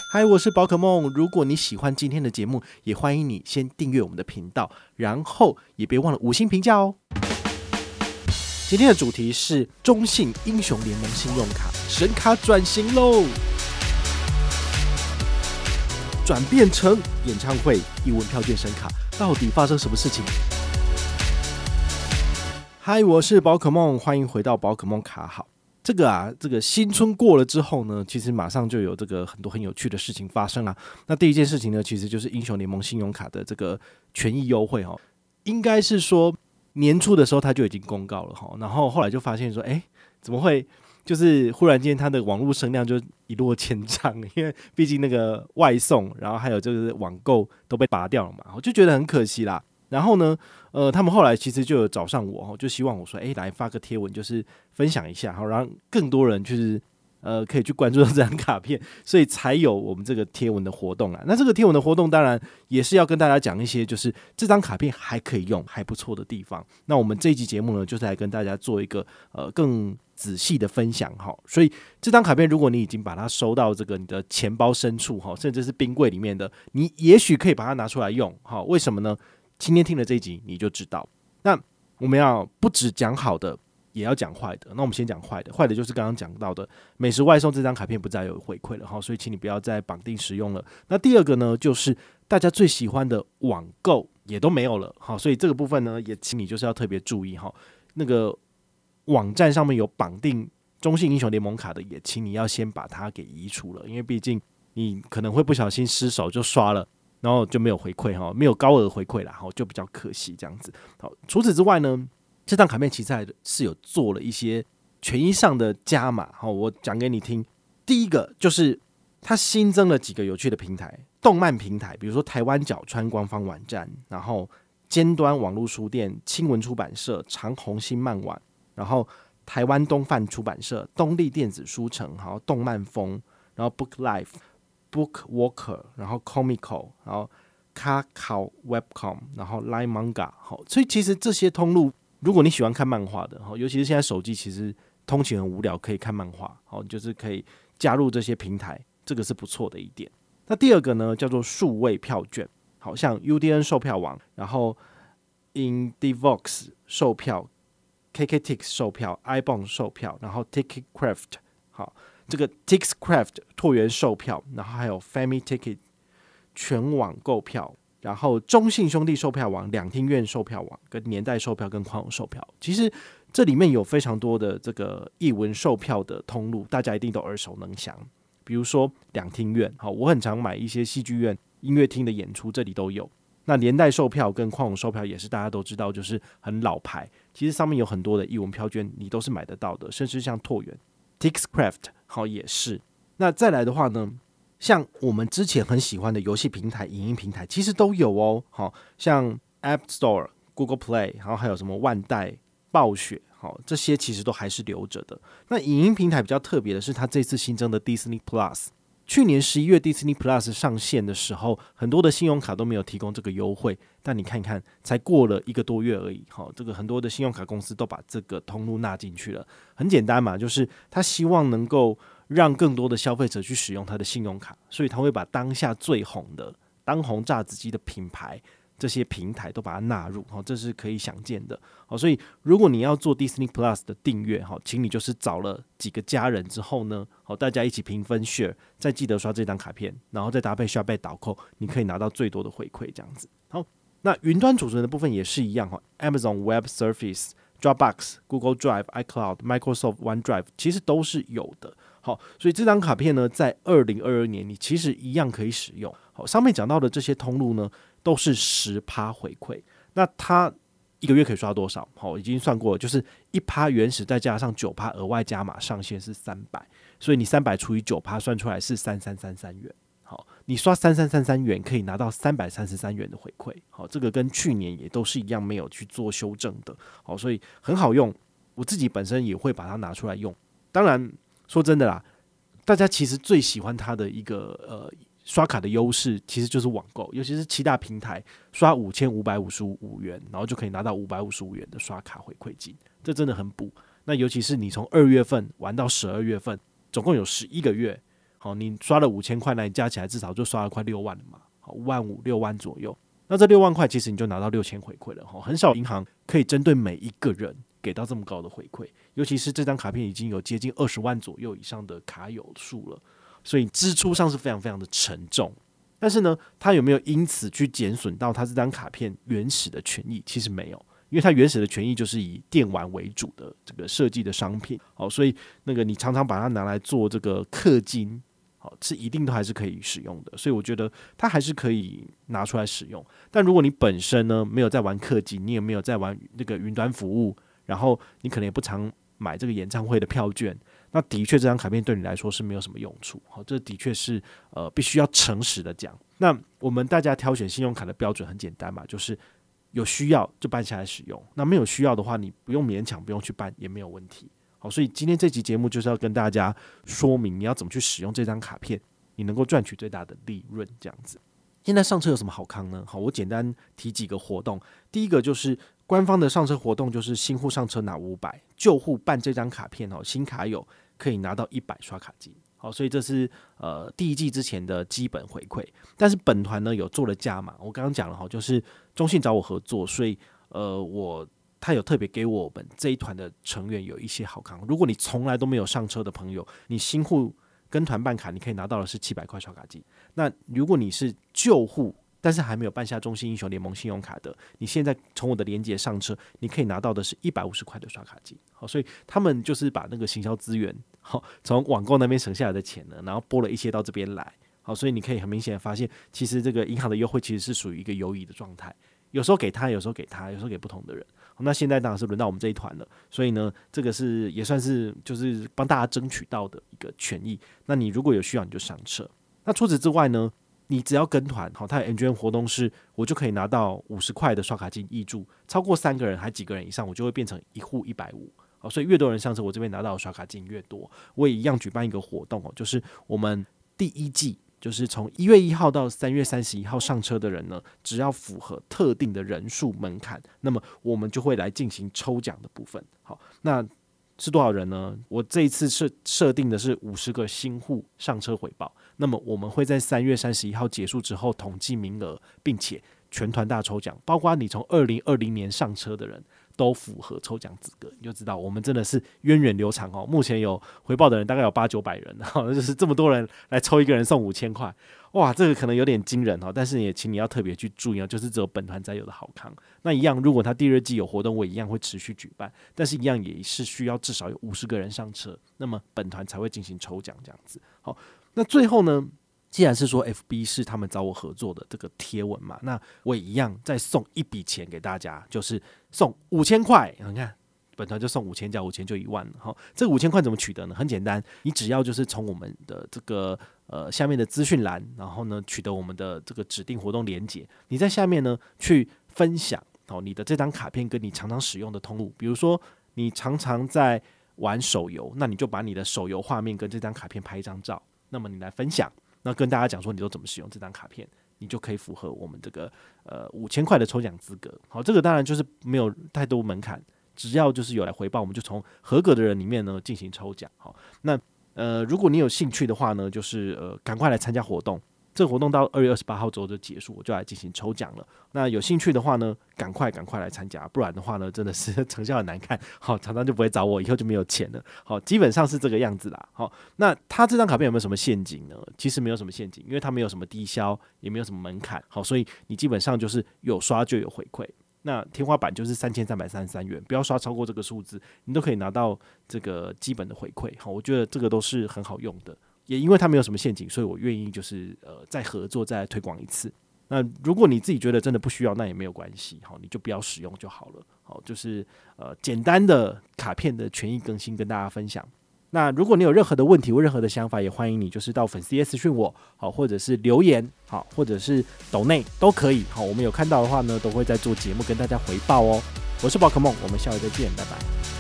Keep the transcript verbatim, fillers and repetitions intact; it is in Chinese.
嗨，我是宝可梦。如果你喜欢今天的节目，也欢迎你先订阅我们的频道，然后也别忘了五星评价哦。今天的主题是中信英雄联盟信用卡神卡转型喽，转变成演唱会艺文票券神卡，到底发生什么事情？嗨，我是宝可梦，欢迎回到宝可梦卡好。这个啊，这个新春过了之后呢，其实马上就有这个很多很有趣的事情发生啊。那第一件事情呢，其实就是英雄联盟信用卡的这个权益优惠哈，应该是说年初的时候他就已经公告了哈，然后后来就发现说，哎，怎么会就是忽然间他的网络声量就一落千丈？因为毕竟那个外送，然后还有就是网购都被拔掉了嘛，我就觉得很可惜啦。然后呢，呃，他们后来其实就有找上我，就希望我说，哎，来发个贴文，就是分享一下，好让更多人就是呃可以去关注到这张卡片，所以才有我们这个贴文的活动啦。那这个贴文的活动当然也是要跟大家讲一些，就是这张卡片还可以用，还不错的地方。那我们这一集节目呢，就是来跟大家做一个呃更仔细的分享哈。所以这张卡片，如果你已经把它收到这个你的钱包深处哈，甚至是冰柜里面的，你也许可以把它拿出来用哈。为什么呢？今天听了这一集你就知道。那我们要不只讲好的，也要讲坏的。那我们先讲坏的，坏的就是刚刚讲到的美食外送这张卡片不再有回馈了哈，所以请你不要再绑定使用了。那第二个呢，就是大家最喜欢的网购也都没有了哈，所以这个部分呢，也请你就是要特别注意哈。那个网站上面有绑定中信英雄联盟卡的，也请你要先把它给移除了，因为毕竟你可能会不小心失手就刷了。然后就没有回馈，没有高额回馈啦，就比较可惜这样子。好，除此之外呢，这张卡片其实还是有做了一些权益上的加码，我讲给你听。第一个就是它新增了几个有趣的平台，动漫平台，比如说台湾角川官方网站，然后尖端网络书店、青文出版社、长虹新漫网，然后台湾东贩出版社、东立电子书城，然后动漫风，然后 Book Life。Bookwalker， 然后 Comico， 然后 Kakao Webcom， 然后 Line Manga， 所以其实这些通路，如果你喜欢看漫画的，尤其是现在手机其实通勤很无聊，可以看漫画，就是可以加入这些平台，这个是不错的一点。那第二个呢，叫做数位票券，好像 U D N 售票网，然后 IndieVox 售票， K K Tix 售票， iBond 售票，然后 TicketCraft， 好。这个 TixCraft 拓元售票，然后还有 Family Ticket 全网购票，然后中信兄弟售票网、两厅院售票网、跟年代售票跟宽宏售票，其实这里面有非常多的这个艺文售票的通路，大家一定都耳熟能详。比如说两厅院，好，我很常买一些戏剧院、音乐厅的演出，这里都有。那年代售票跟宽宏售票也是大家都知道，就是很老牌，其实上面有很多的艺文票券，你都是买得到的，甚至像拓元。TixCraft 好也是。那再来的话呢，像我们之前很喜欢的游戏平台、影音平台，其实都有哦。好，像 App Store、Google Play， 然后还有什么万代、暴雪，好，这些其实都还是留着的。那影音平台比较特别的是，它这次新增的 Disney Plus。去年十一月 Disney Plus 上线的时候，很多的信用卡都没有提供这个优惠，但你看看，才过了一个多月而已，这个很多的信用卡公司都把这个通路纳进去了。很简单嘛，就是他希望能够让更多的消费者去使用他的信用卡，所以他会把当下最红的、当红炸子鸡的品牌，这些平台都把它纳入，这是可以想见的。所以如果你要做 Disney Plus 的订阅，请你就是找了几个家人之后呢，大家一起平分 share， 再记得刷这张卡片，然后再搭配 Shopback 导扣，你可以拿到最多的回馈这样子。好，那云端储存的部分也是一样， Amazon Web Service、Dropbox、Google Drive、iCloud、Microsoft OneDrive 其实都是有的。好，所以这张卡片呢，在二零二二年你其实一样可以使用。好，上面讲到的这些通路呢，都是 百分之十 回馈。那它一个月可以刷多少？好，已经算过了，就是 百分之一 原始再加上 百分之九 额外加码上限是三百，所以你三百除以 百分之九 算出来是三千三百三十三元。好，你刷三千三百三十三元可以拿到三百三十三元的回馈。好，这个跟去年也都是一样没有去做修正的。好，所以很好用，我自己本身也会把它拿出来用。当然说真的啦，大家其实最喜欢它的一个呃刷卡的优势其实就是网购，尤其是七大平台刷五千五百五十五元，然后就可以拿到五百五十五元的刷卡回馈金，这真的很补。那尤其是你从二月份玩到十二月份，总共有十一个月， 好，你刷了五千块，那你加起来至少就刷了快六万了嘛，好，五万五六万左右。那这六万块其实你就拿到六千回馈了，很少银行可以针对每一个人给到这么高的回馈，尤其是这张卡片已经有接近二十万左右以上的卡友数了，所以支出上是非常非常的沉重。但是呢，它有没有因此去减损到它这张卡片原始的权益？其实没有，因为它原始的权益就是以电玩为主的这个设计的商品，好，所以那个你常常把它拿来做这个氪金，好，是一定都还是可以使用的，所以我觉得它还是可以拿出来使用。但如果你本身呢没有在玩氪金，你也没有在玩那个云端服务，然后你可能也不常买这个演唱会的票券，那的确这张卡片对你来说是没有什么用处。好，这的确是呃必须要诚实的讲。那我们大家挑选信用卡的标准很简单嘛，就是有需要就办下来使用，那没有需要的话，你不用勉强，不用去办也没有问题。好，所以今天这期节目就是要跟大家说明你要怎么去使用这张卡片，你能够赚取最大的利润，这样子。现在上车有什么好康呢？好，我简单提几个活动。第一个就是官方的上车活动，就是新户上车拿五百，旧户办这张卡片，新卡友可以拿到一百刷卡金。好，所以这是呃第一季之前的基本回馈。但是本团呢有做了加码，我刚刚讲了哈，就是中信找我合作，所以呃我他有特别给我们这一团的成员有一些好康。如果你从来都没有上车的朋友，你新户跟团办卡，你可以拿到的是七百块刷卡金。那如果你是旧户，但是还没有办下中信英雄联盟信用卡的，你现在从我的连结上车，你可以拿到的是一百五十块的刷卡金。好，所以他们就是把那个行销资源，好，从网购那边省下来的钱呢，然后拨了一些到这边来。好，所以你可以很明显的发现，其实这个银行的优惠其实是属于一个游移的状态，有时候给他，有时候给他，有时候给不同的人。好，那现在当然是轮到我们这一团了，所以呢，这个是也算是就是帮大家争取到的一个权益。那你如果有需要，你就上车。那除此之外呢，你只要跟团，好，它的 M G M 活动是，我就可以拿到五十块的刷卡金挹注，超过三个人还几个人以上，我就会变成一户一百五。好，所以越多人上车，我这边拿到的刷卡金越多。我也一样举办一个活动哦，就是我们第一季，就是从一月一号到三月三十一号上车的人呢，只要符合特定的人数门槛，那么我们就会来进行抽奖的部分。好，那是多少人呢？我这一次设设定的是五十个新户上车回报，那么我们会在三月三十一号结束之后统计名额，并且全团大抽奖，包括你从二零二零年上车的人都符合抽奖资格，你就知道我们真的是源远流长哦。目前有回报的人大概有八九百人，哦，就是这么多人来抽一个人送五千块，哇，这个可能有点惊人哦。但是也请你要特别去注意哦，就是只有本团才有的好康。那一样，如果他第二季有活动，我一样会持续举办，但是一样也是需要至少有五十个人上车，那么本团才会进行抽奖这样子。好，那最后呢？既然是说 F B 是他们找我合作的这个贴文嘛，那我也一样再送一笔钱给大家，就是送五千块。你看，本团就送五千加五千就一万了。好，这个五千块怎么取得呢？很简单，你只要就是从我们的这个呃下面的资讯栏，然后呢取得我们的这个指定活动连结，你在下面呢去分享哦你的这张卡片跟你常常使用的通路，比如说你常常在玩手游，那你就把你的手游画面跟这张卡片拍一张照，那么你来分享。那跟大家讲说你都怎么使用这张卡片，你就可以符合我们这个呃五千块的抽奖资格。好，这个当然就是没有太多门槛，只要就是有来回报，我们就从合格的人里面呢进行抽奖。好，那呃如果你有兴趣的话呢，就是呃赶快来参加活动。这个活动到二月二十八号之后就结束，我就来进行抽奖了。那有兴趣的话呢，赶快赶快来参加，不然的话呢，真的是成效很难看。好，常常就不会找我，以后就没有钱了。好，基本上是这个样子啦。好，那他这张卡片有没有什么陷阱呢？其实没有什么陷阱，因为它没有什么低消，也没有什么门槛。好，所以你基本上就是有刷就有回馈。那天花板就是三千三百三十三元，不要刷超过这个数字，你都可以拿到这个基本的回馈。好，我觉得这个都是很好用的。也因为它没有什么陷阱，所以我愿意就是呃再合作再来推广一次。那如果你自己觉得真的不需要，那也没有关系，好，你就不要使用就好了。好，就是呃简单的卡片的权益更新跟大家分享。那如果你有任何的问题或任何的想法，也欢迎你就是到粉丝页私讯我，好，或者是留言，好，或者是抖内都可以。好，我们有看到的话呢，都会在做节目跟大家回报哦。我是宝可梦，我们下回再见，拜拜。